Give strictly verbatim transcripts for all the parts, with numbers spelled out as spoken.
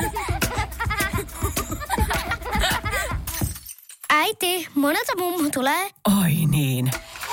Äiti, monelta mummu tulee? Oi niin.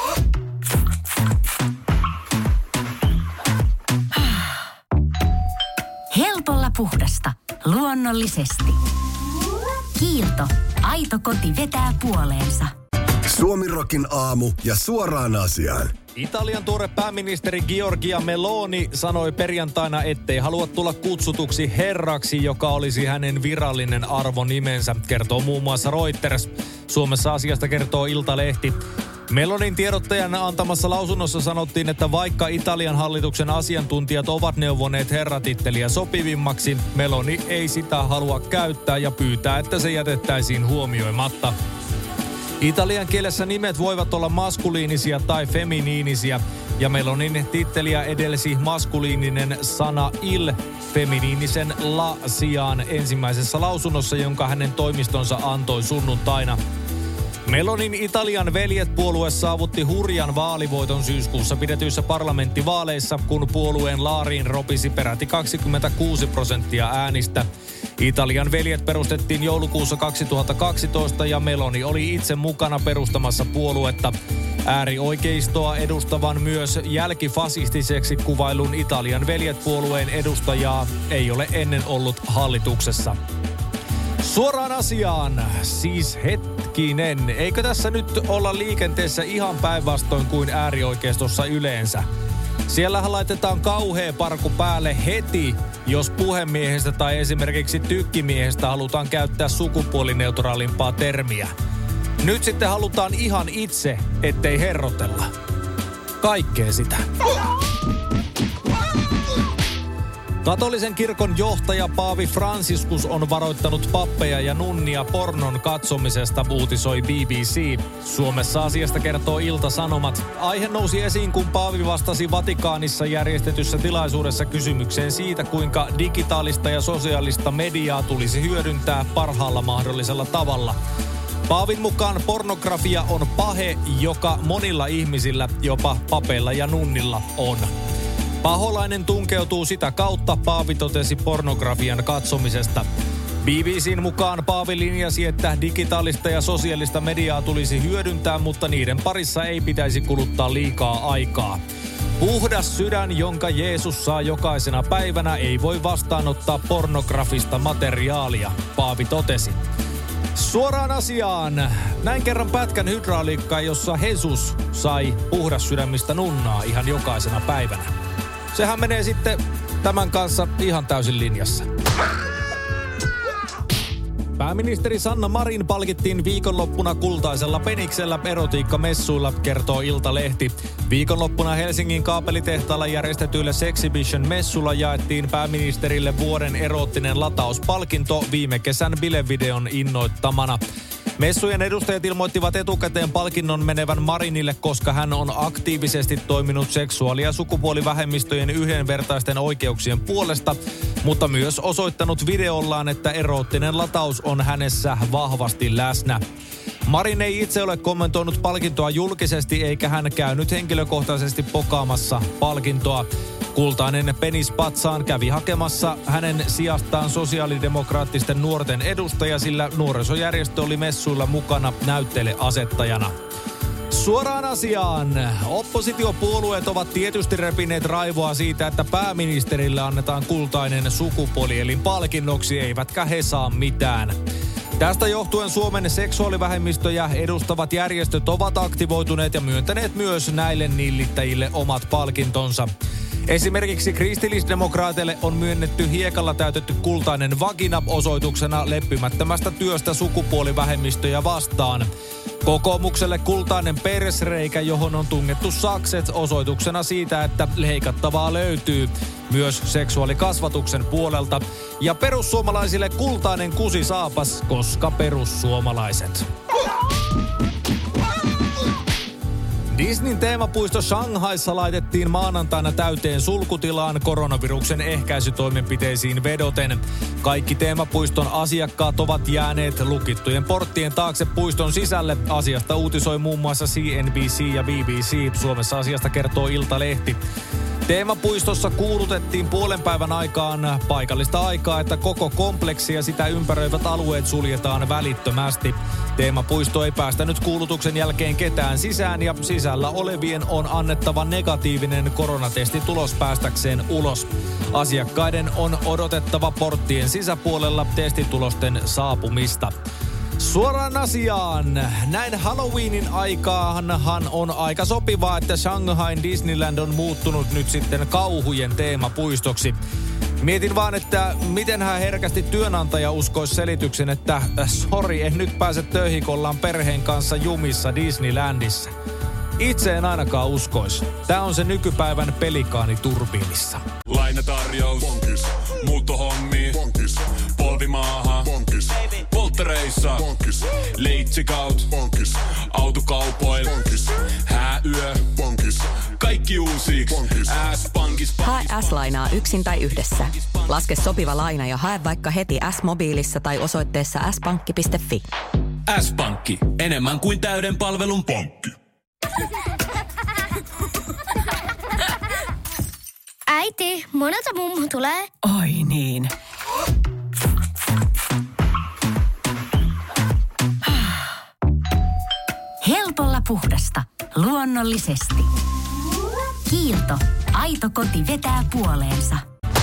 Helpolla puhdasta. Luonnollisesti. Kiilto. Aito koti vetää puoleensa. Suomirokin aamu ja suoraan asiaan. Italian tuore pääministeri Giorgia Meloni sanoi perjantaina, ettei halua tulla kutsutuksi herraksi, joka olisi hänen virallinen arvonimensä, kertoo muun muassa Reuters. Suomessa asiasta kertoo Iltalehti. Melonin tiedottajan antamassa lausunnossa sanottiin, että vaikka Italian hallituksen asiantuntijat ovat neuvoneet herratitteliä sopivimmaksi, Meloni ei sitä halua käyttää ja pyytää, että se jätettäisiin huomioimatta. Italian kielessä nimet voivat olla maskuliinisia tai feminiinisiä, ja Melonin titteliä edelsi maskuliininen sana il feminiinisen la sijaan ensimmäisessä lausunnossa, jonka hänen toimistonsa antoi sunnuntaina. Melonin Italian veljet-puolue saavutti hurjan vaalivoiton syyskuussa pidetyissä parlamenttivaaleissa, kun puolueen laariin ropisi peräti kaksikymmentäkuusi prosenttia äänistä. Italian veljet perustettiin joulukuussa kaksituhattakaksitoista ja Meloni oli itse mukana perustamassa puoluetta. Äärioikeistoa edustavan myös jälkifasistiseksi kuvailun Italian veljet-puolueen edustajaa ei ole ennen ollut hallituksessa. Suoraan asiaan, siis hetkinen, eikö tässä nyt olla liikenteessä ihan päinvastoin kuin äärioikeistossa yleensä? Siellähän laitetaan kauhea parku päälle heti, jos puhemiehestä tai esimerkiksi tykkimiehestä halutaan käyttää sukupuolineutraalimpaa termiä. Nyt sitten halutaan ihan itse, ettei herrotella. Kaikkea sitä. Katolisen kirkon johtaja Paavi Franciscus on varoittanut pappeja ja nunnia pornon katsomisesta, uutisoi B B C. Suomessa asiasta kertoo Ilta-Sanomat. Aihe nousi esiin, kun Paavi vastasi Vatikaanissa järjestetyssä tilaisuudessa kysymykseen siitä, kuinka digitaalista ja sosiaalista mediaa tulisi hyödyntää parhaalla mahdollisella tavalla. Paavin mukaan pornografia on pahe, joka monilla ihmisillä, jopa papeilla ja nunnilla, on. Paholainen tunkeutuu sitä kautta, Paavi totesi pornografian katsomisesta. B B C:n mukaan Paavi linjasi, että digitaalista ja sosiaalista mediaa tulisi hyödyntää, mutta niiden parissa ei pitäisi kuluttaa liikaa aikaa. Puhdas sydän, jonka Jeesus saa jokaisena päivänä, ei voi vastaanottaa pornografista materiaalia, Paavi totesi. Suoraan asiaan. Näin kerran pätkän hydrauliikkaa, jossa Jesus sai puhdas sydämistä nunnaa ihan jokaisena päivänä. Sehän menee sitten tämän kanssa ihan täysin linjassa. Pääministeri Sanna Marin palkittiin viikonloppuna kultaisella peniksellä erotiikkamessuilla, kertoo Iltalehti. Viikonloppuna Helsingin kaapelitehtaalla järjestetyille Sexhibition-messulla jaettiin pääministerille vuoden eroottinen latauspalkinto viime kesän bilevideon innoittamana. Messujen edustajat ilmoittivat etukäteen palkinnon menevän Marinille, koska hän on aktiivisesti toiminut seksuaali- ja sukupuolivähemmistöjen yhdenvertaisten oikeuksien puolesta, mutta myös osoittanut videollaan, että eroottinen lataus on hänessä vahvasti läsnä. Marin ei itse ole kommentoinut palkintoa julkisesti, eikä hän käynyt henkilökohtaisesti pokaamassa palkintoa. Kultainen penis patsaan kävi hakemassa hänen sijastaan sosiaalidemokraattisten nuorten edustaja, sillä nuorisojärjestö oli messuilla mukana näytteleasettajana. Suoraan asiaan. Oppositiopuolueet ovat tietysti repineet raivoa siitä, että pääministerille annetaan kultainen sukupuolielin palkinnoksi, eivätkä he saa mitään. Tästä johtuen Suomen seksuaalivähemmistöjä edustavat järjestöt ovat aktivoituneet ja myöntäneet myös näille nillittäjille omat palkintonsa. Esimerkiksi kristillisdemokraateille on myönnetty hiekalla täytetty kultainen vagina osoituksena leppimättömästä työstä sukupuolivähemmistöjä vastaan. Kokoomukselle kultainen persreikä, johon on tungettu sakset osoituksena siitä, että leikattavaa löytyy myös seksuaalikasvatuksen puolelta. Ja perussuomalaisille kultainen kusisaapas, koska perussuomalaiset. Disneyn teemapuisto Shanghaissa laitettiin maanantaina täyteen sulkutilaan koronaviruksen ehkäisytoimenpiteisiin vedoten. Kaikki teemapuiston asiakkaat ovat jääneet lukittujen porttien taakse puiston sisälle. Asiasta uutisoi muun muassa C N B C ja B B C. Suomessa asiasta kertoo Iltalehti. Teemapuistossa kuulutettiin puolen päivän aikaan paikallista aikaa, että koko kompleksi ja sitä ympäröivät alueet suljetaan välittömästi. Teemapuisto ei päästänyt kuulutuksen jälkeen ketään sisään ja sisällä olevien on annettava negatiivinen koronatestitulos päästäkseen ulos. Asiakkaiden on odotettava porttien sisäpuolella testitulosten saapumista. Suoraan asiaan. Näin Halloweenin aikaanhan on aika sopivaa, että Shanghain Disneyland on muuttunut nyt sitten kauhujen teemapuistoksi. Mietin vaan, että miten hän herkästi työnantaja uskoisi selityksen, että sori, en nyt pääse töihin, kun ollaan perheen kanssa jumissa Disneylandissa. Itse en ainakaan uskoisi. Tää on se nykypäivän pelikaani turbiinissa. Lainatarjous. Bonkis. Muuttohommi. Bonkis. Polvimaaha. Bonkis. Polttereissa. Bonkis. Leitsikaut. Bonkis. Autokaupoil. Bonkis. Hääyö. Bonkis. Kaikki uusi. S-pankis. Hae S-lainaa yksin tai yhdessä. Laske sopiva laina ja hae vaikka heti S-mobiilissa tai osoitteessa s pankki piste fi. S-pankki. Enemmän kuin täyden palvelun pankki. Äiti, monelta mummu tulee? Oi niin. Helpolla puhdasta. Luonnollisesti. Kiilto. Aito koti vetää puoleensa.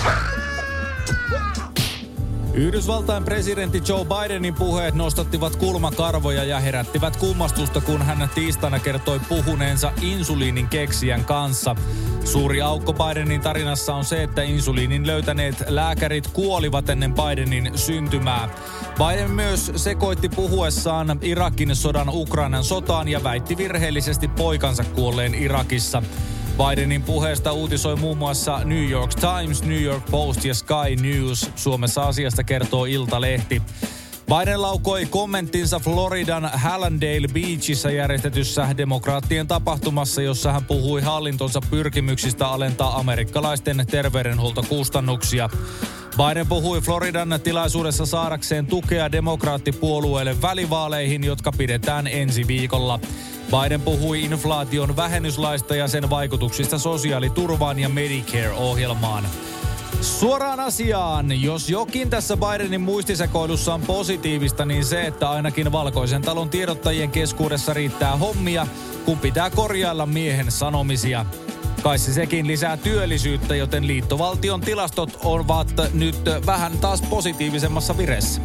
Yhdysvaltain presidentti Joe Bidenin puheet nostattivat kulmakarvoja ja herättivät kummastusta, kun hän tiistaina kertoi puhuneensa insuliinin keksijän kanssa. Suuri aukko Bidenin tarinassa on se, että insuliinin löytäneet lääkärit kuolivat ennen Bidenin syntymää. Biden myös sekoitti puhuessaan Irakin sodan Ukrainan sotaan ja väitti virheellisesti poikansa kuolleen Irakissa. Bidenin puheesta uutisoi muun muassa New York Times, New York Post ja Sky News. Suomessa asiasta kertoo Iltalehti. Biden laukoi kommenttinsa Floridan Hallandale Beachissä järjestetyssä demokraattien tapahtumassa, jossa hän puhui hallintonsa pyrkimyksistä alentaa amerikkalaisten terveydenhuoltokustannuksia. Biden puhui Floridan tilaisuudessa saadakseen tukea demokraattipuolueelle välivaaleihin, jotka pidetään ensi viikolla. Biden puhui inflaation vähennyslaista ja sen vaikutuksista sosiaaliturvaan ja Medicare-ohjelmaan. Suoraan asiaan, jos jokin tässä Bidenin muistisekoilussa on positiivista, niin se, että ainakin Valkoisen talon tiedottajien keskuudessa riittää hommia, kun pitää korjailla miehen sanomisia. Kai se sekin lisää työllisyyttä, joten liittovaltion tilastot ovat nyt vähän taas positiivisemmassa vireessä.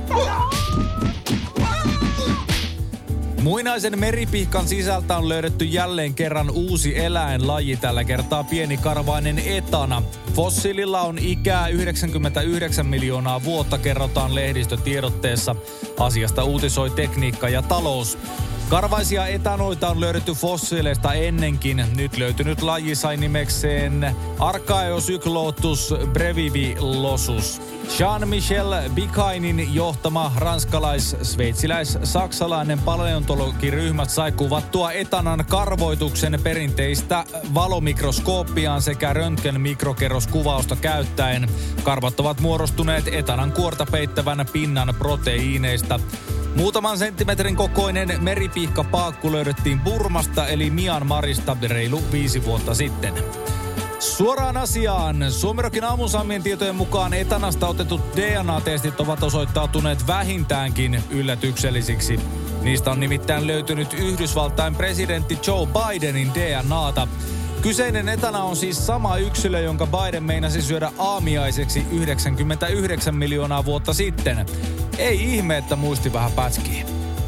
Muinaisen meripihkan sisältä on löydetty jälleen kerran uusi eläinlaji, tällä kertaa pienikarvainen etana. Fossiililla on ikää yhdeksänkymmentäyhdeksän miljoonaa vuotta, kerrotaan lehdistötiedotteessa. Asiasta uutisoi Tekniikka ja talous. Karvaisia etanoita on löydetty fossiileista ennenkin. Nyt löytynyt laji sai nimekseen Archaeocyclotus brevivilosus. Jean-Michel Bikainin johtama ranskalais-sveitsiläis-saksalainen paleontologiryhmä sai kuvattua etanan karvoituksen perinteistä valomikroskooppiaan sekä röntgenmikrokerroskuvausta käyttäen. Karvat ovat muodostuneet etanan kuorta peittävän pinnan proteiineista. Muutaman senttimetrin kokoinen meripihkapaakku löydettiin Burmasta eli Myanmarista reilu viisi vuotta sitten. Suoraan asiaan. Suomirokin aamusaamien tietojen mukaan etanasta otetut D N A-testit ovat osoittautuneet vähintäänkin yllätyksellisiksi. Niistä on nimittäin löytynyt Yhdysvaltain presidentti Joe Bidenin D N A:ta. Kyseinen etana on siis sama yksilö, jonka Biden meinasi syödä aamiaiseksi yhdeksänkymmentäyhdeksän miljoonaa vuotta sitten. Ei ihme, että muisti vähän pätkii.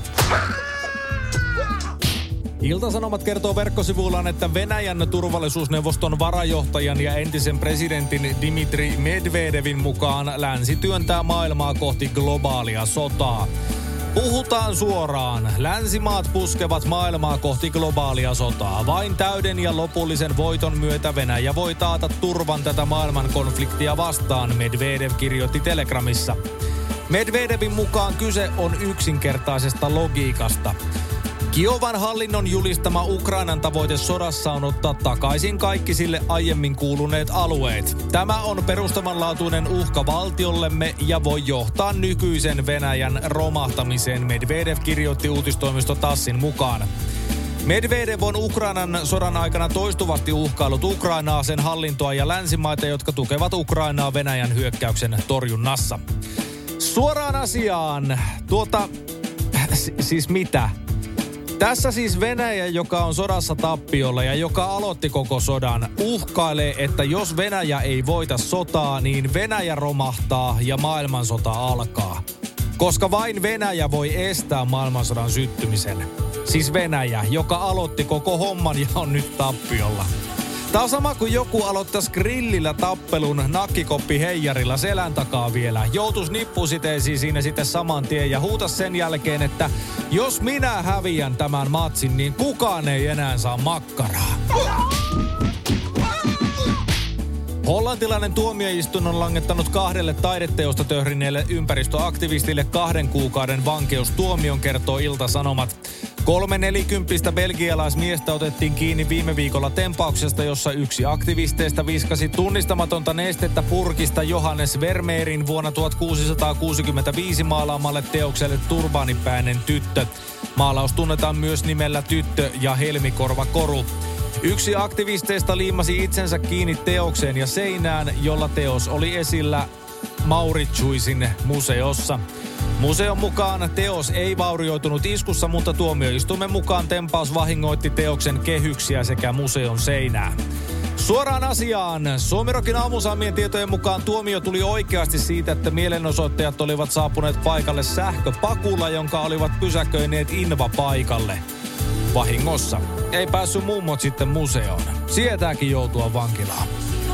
Ilta-Sanomat kertoo verkkosivuillaan, että Venäjän turvallisuusneuvoston varajohtajan ja entisen presidentin Dmitri Medvedevin mukaan länsi työntää maailmaa kohti globaalia sotaa. Puhutaan suoraan. Länsimaat puskevat maailmaa kohti globaalia sotaa. Vain täyden ja lopullisen voiton myötä Venäjä voi taata turvan tätä maailman konfliktia vastaan, Medvedev kirjoitti Telegramissa. Medvedevin mukaan kyse on yksinkertaisesta logiikasta. Kiovan hallinnon julistama Ukrainan tavoite sodassa on ottaa takaisin kaikki sille aiemmin kuuluneet alueet. Tämä on perustavanlaatuinen uhka valtiollemme ja voi johtaa nykyisen Venäjän romahtamiseen, Medvedev kirjoitti uutistoimisto Tassin mukaan. Medvedev on Ukrainan sodan aikana toistuvasti uhkaillut Ukrainaa, sen hallintoa ja länsimaita, jotka tukevat Ukrainaa Venäjän hyökkäyksen torjunnassa. Suoraan asiaan. Tuota, siis mitä? Tässä siis Venäjä, joka on sodassa tappiolla ja joka aloitti koko sodan, uhkailee, että jos Venäjä ei voita sotaa, niin Venäjä romahtaa ja maailmansota alkaa. Koska vain Venäjä voi estää maailmansodan syttymisen. Siis Venäjä, joka aloitti koko homman ja on nyt tappiolla. Tämä on sama kuin joku aloittaisi grillillä tappelun nakkikoppi heijarilla selän takaa vielä. Joutuisi nippusiteisiin siinä sitten saman tien ja huutas sen jälkeen, että jos minä häviän tämän matsin, niin kukaan ei enää saa makkaraa. Hollantilainen tuomioistuin on langettanut kahdelle taideteosta töhrineelle ympäristöaktivistille kahden kuukauden vankeustuomion, kertoo Ilta-Sanomat. Kolme nelikymppistä belgialaismiestä otettiin kiinni viime viikolla tempauksesta, jossa yksi aktivisteista viskasi tunnistamatonta nestettä purkista Johannes Vermeerin vuonna tuhatkuusisataakuusikymmentäviisi maalaamalle teokselle Turbaanipäinen tyttö. Maalaus tunnetaan myös nimellä Tyttö ja helmikorva koru. Yksi aktivisteista liimasi itsensä kiinni teokseen ja seinään, jolla teos oli esillä Mauritshuisin museossa. Museon mukaan teos ei vaurioitunut iskussa, mutta tuomioistuimen mukaan tempaus vahingoitti teoksen kehyksiä sekä museon seinää. Suoraan asiaan. Suomirokin aamusaamien tietojen mukaan tuomio tuli oikeasti siitä, että mielenosoittajat olivat saapuneet paikalle sähköpakulla, jonka olivat pysäköineet invapaikalle. Vahingossa. Ei päässyt mummot sitten museoon. Sietääkin joutua vankilaan.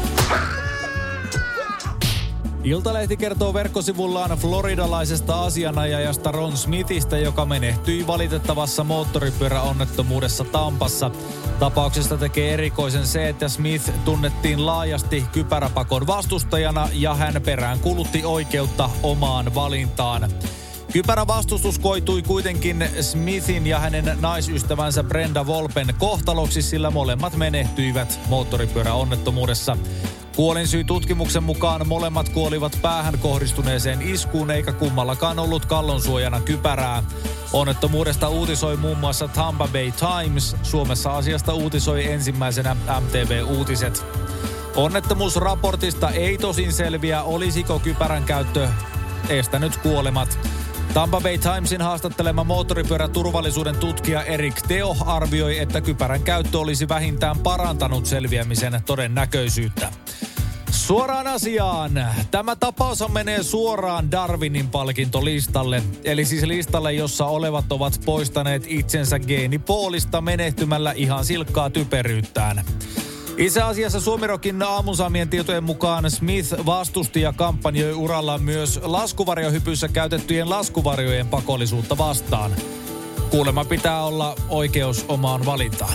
Iltalehti kertoo verkkosivullaan floridalaisesta asianajajasta Ron Smithistä, joka menehtyi valitettavassa moottoripyöräonnettomuudessa Tampassa. Tapauksesta tekee erikoisen se, että Smith tunnettiin laajasti kypäräpakon vastustajana ja hän perään kulutti oikeutta omaan valintaan. Kypärä vastustus koitui kuitenkin Smithin ja hänen naisystävänsä Brenda Volpen kohtaloksi, sillä molemmat menehtyivät moottoripyöräonnettomuudessa. Kuolinsyy tutkimuksen mukaan molemmat kuolivat päähän kohdistuneeseen iskuun, eikä kummallakaan ollut kallonsuojana kypärää. Onnettomuudesta uutisoi muun muassa Tampa Bay Times. Suomessa asiasta uutisoi ensimmäisenä M T V Uutiset. Onnettomuusraportista ei tosin selviä, olisiko kypärän käyttö estänyt kuolemat. Tampa Bay Timesin haastattelema moottoripyöräturvallisuuden tutkija Erik Teo arvioi, että kypärän käyttö olisi vähintään parantanut selviämisen todennäköisyyttä. Suoraan asiaan. Tämä tapaus menee suoraan Darwinin palkintolistalle. Eli siis listalle, jossa olevat ovat poistaneet itsensä geenipoolista menehtymällä ihan silkkaa typeryyttään. Itse asiassa Suomirokin aamunsaamien tietojen mukaan Smith vastusti ja kampanjoi urallaan myös laskuvarjohypyssä käytettyjen laskuvarjojen pakollisuutta vastaan. Kuulemma pitää olla oikeus omaan valintaan.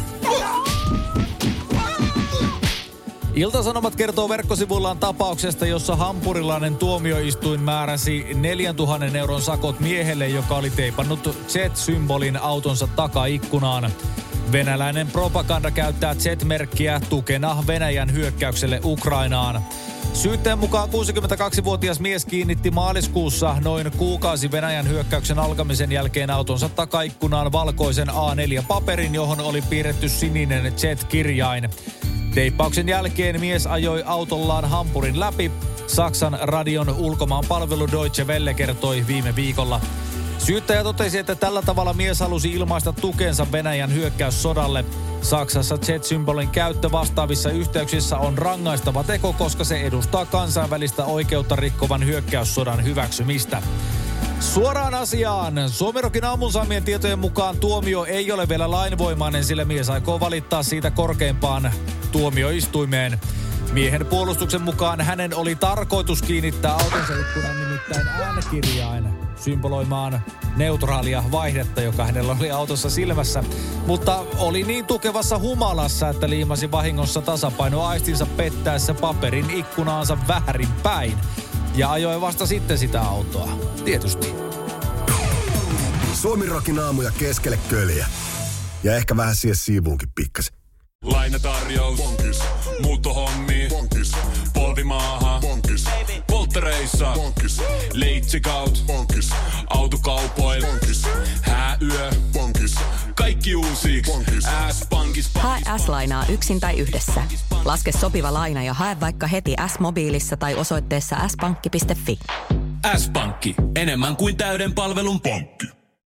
Ilta-Sanomat kertoo verkkosivullaan tapauksesta, jossa hampurilainen tuomioistuin määräsi neljäntuhannen euron sakot miehelle, joka oli teipannut Z-symbolin autonsa takaikkunaan. Venäläinen propaganda käyttää Z-merkkiä tukena Venäjän hyökkäykselle Ukrainaan. Syytteen mukaan kuusikymmentäkaksivuotias mies kiinnitti maaliskuussa noin kuukausi Venäjän hyökkäyksen alkamisen jälkeen autonsa takaikkunaan valkoisen A neljä paperin, johon oli piirretty sininen Z-kirjain. Teippauksen jälkeen mies ajoi autollaan hampurin läpi. Saksan radion ulkomaan palvelu Deutsche Welle kertoi viime viikolla. Syyttäjä totesi, että tällä tavalla mies halusi ilmaista tukensa Venäjän hyökkäyssodalle. Saksassa Z-symbolin käyttö vastaavissa yhteyksissä on rangaistava teko, koska se edustaa kansainvälistä oikeutta rikkovan hyökkäyssodan hyväksymistä. Suoraan asiaan. Suomirokin aamunsaamien tietojen mukaan tuomio ei ole vielä lainvoimainen, sillä mies aikoo valittaa siitä korkeimpaan tuomioistuimeen. Miehen puolustuksen mukaan hänen oli tarkoitus kiinnittää autonsa ikkunan nimittäin äänkirjain symboloimaan neutraalia vaihdetta, joka hänellä oli autossa silmässä. Mutta oli niin tukevassa humalassa, että liimasi vahingossa tasapainoaistinsa pettäessä paperin ikkunaansa väärin päin. Ja ajoi vasta sitten sitä autoa. Tietysti. Suomirokin aamuja keskelle köljä. Ja ehkä vähän siihen siivuunkin pikkasen. Lainatarjous. Bonkis. Muuttohommi. Bonkis. Polvimaaha. Bonkis. Polttereissa. Bonkis. Leitsikaut. Bonkis. Autokaupoil. Bonkis. Hääyö. Bonkis. kaikki uusiiksi. S-pankis. Hae S-lainaa yksin tai yhdessä. Laske sopiva laina ja hae vaikka heti S-mobiilissa tai osoitteessa s pankki piste fi. S-pankki. Enemmän kuin täyden palvelun pankki.